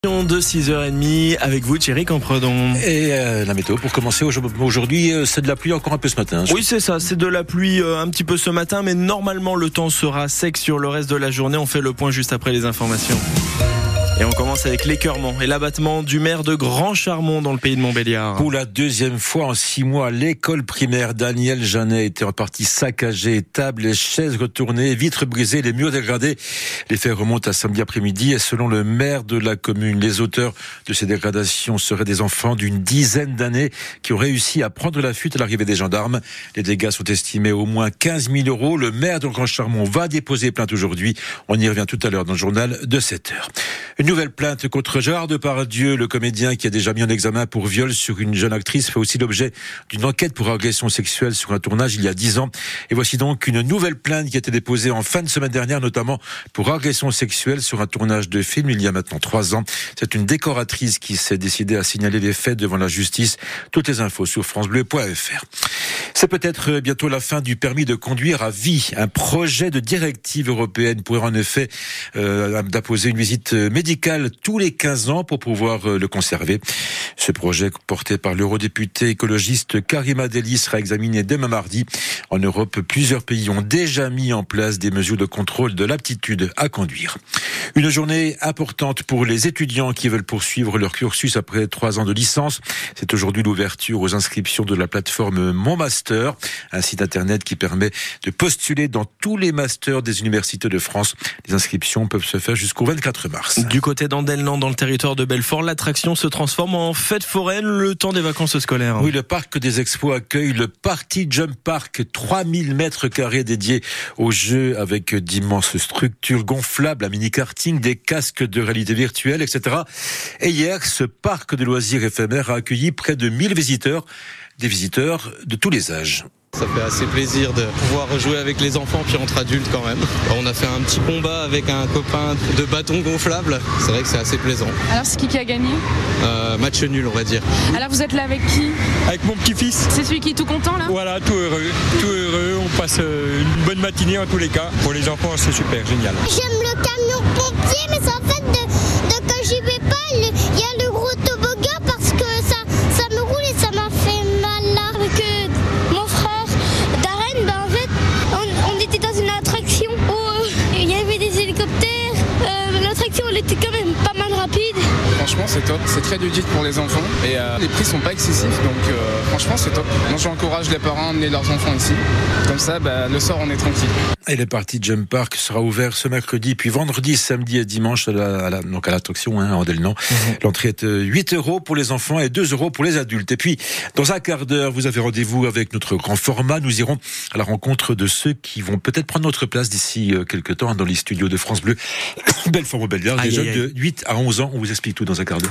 De 6h30 avec vous Thierry Campredon. Et la météo pour commencer aujourd'hui, c'est de la pluie encore un peu ce matin. Oui, c'est ça, c'est de la pluie un petit peu ce matin, mais normalement le temps sera sec sur le reste de la journée. On fait le point juste après les informations. Et on commence avec l'écœurement et l'abattement du maire de Grand Charmont dans le pays de Montbéliard. Pour la deuxième fois en 6 mois, l'école primaire Daniel Jeannet était en partie saccagée. Tables et chaises retournées, vitres brisées, les murs dégradés. Les faits remontent à samedi après-midi et selon le maire de la commune, les auteurs de ces dégradations seraient des enfants d'une dizaine d'années qui ont réussi à prendre la fuite à l'arrivée des gendarmes. Les dégâts sont estimés à au moins 15 000 €. Le maire de Grand Charmont va déposer plainte aujourd'hui. On y revient tout à l'heure dans le journal de 7h. Une nouvelle plainte contre Gérard Depardieu, le comédien qui a déjà mis en examen pour viol sur une jeune actrice, fait aussi l'objet d'une enquête pour agression sexuelle sur un tournage il y a 10 ans. Et voici donc une nouvelle plainte qui a été déposée en fin de semaine dernière, notamment pour agression sexuelle sur un tournage de film il y a maintenant 3 ans. C'est une décoratrice qui s'est décidée à signaler les faits devant la justice. Toutes les infos sur francebleu.fr. C'est peut-être bientôt la fin du permis de conduire à vie. Un projet de directive européenne pourrait en effet d'apposer une visite médicale tous les 15 ans pour pouvoir le conserver. Ce projet porté par l'eurodéputée écologiste Karima Delli sera examiné demain mardi. En Europe, plusieurs pays ont déjà mis en place des mesures de contrôle de l'aptitude à conduire. Une journée importante pour les étudiants qui veulent poursuivre leur cursus après 3 ans de licence. C'est aujourd'hui l'ouverture aux inscriptions de la plateforme Mon Master, un site internet qui permet de postuler dans tous les masters des universités de France. Les inscriptions peuvent se faire jusqu'au 24 mars. Du côté d'Andelnan, dans le territoire de Belfort, l'attraction se transforme en fête foraine le temps des vacances scolaires. Oui, le parc des expos accueille le Party Jump Park, 3000 mètres carrés dédiés aux jeux avec d'immenses structures gonflables, un mini-karting, des casques de réalité virtuelle, etc. Et hier, ce parc de loisirs éphémère a accueilli près de 1000 visiteurs, des visiteurs de tous les âges. Ça fait assez plaisir de pouvoir jouer avec les enfants puis entre adultes quand même. On a fait un petit combat avec un copain de bâton gonflable. C'est vrai que c'est assez plaisant. Alors c'est qui a gagné ? Match nul on va dire. Alors vous êtes là avec qui ? Avec mon petit-fils. C'est celui qui est tout content là ? Voilà, tout heureux. On passe une bonne matinée en tous les cas. Pour les enfants c'est super, génial. J'aime le camion pompier mais c'est en fait de quand j'y vais pas, il y a le gros toboggan parce que ça me roule et ça m'a fait mal là. Avec mon frère Darren, en fait, on était dans une attraction où il y avait des hélicoptères. L'attraction elle était quand même pas mal rapide. Franchement c'est top, c'est très ludique pour les enfants et les prix sont pas excessifs donc franchement c'est top. Moi j'encourage les parents à emmener leurs enfants ici, comme ça le soir on est tranquille. Et le Party Jump Park sera ouvert ce mercredi, puis vendredi, samedi et dimanche donc à l'attraction à Andelnan. L'entrée est 8 € pour les enfants et 2 € pour les adultes. Et puis, dans un quart d'heure, vous avez rendez-vous avec notre grand format. Nous irons à la rencontre de ceux qui vont peut-être prendre notre place d'ici quelques temps dans les studios de France Bleu. Belfort-Montbéliard, des jeunes de 8 à 11 ans. On vous explique tout dans un quart d'heure.